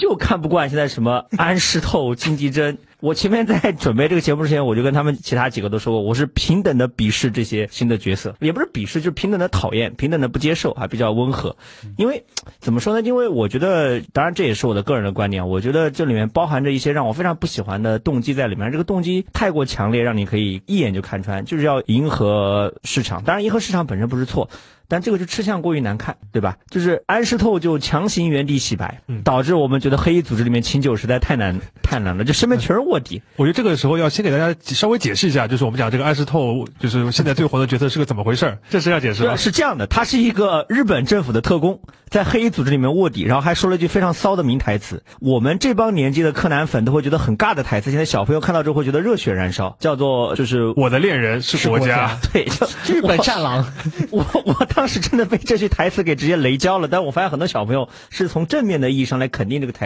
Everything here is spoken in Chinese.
就看不惯现在什么安室透、金基珍。我前面在准备这个节目之前，我就跟他们其他几个都说过，我是平等的鄙视这些新的角色，也不是鄙视，就是平等的讨厌，平等的不接受，还比较温和。因为怎么说呢？因为我觉得，当然这也是我的个人的观点，我觉得这里面包含着一些让我非常不喜欢的动机在里面。这个动机太过强烈，让你可以一眼就看穿，就是要迎合市场。当然，迎合市场本身不是错。但这个就吃相过于难看，对吧？就是安室透就强行原地洗白，导致我们觉得黑衣组织里面清酒实在太难了，就身边全是卧底。 我觉得这个时候要先给大家稍微解释一下，就是我们讲这个安室透，就是现在最火的角色是个怎么回事，这是要解释的。 是这样的，他是一个日本政府的特工，在黑衣组织里面卧底，然后还说了一句非常骚的名台词，我们这帮年纪的柯南粉都会觉得很尬的台词，现在小朋友看到之后会觉得热血燃烧，叫做就是我的恋人是国家， 对，就日本战狼。 我当时真的被这句台词给直接雷焦了，但我发现很多小朋友是从正面的意义上来肯定这个台词。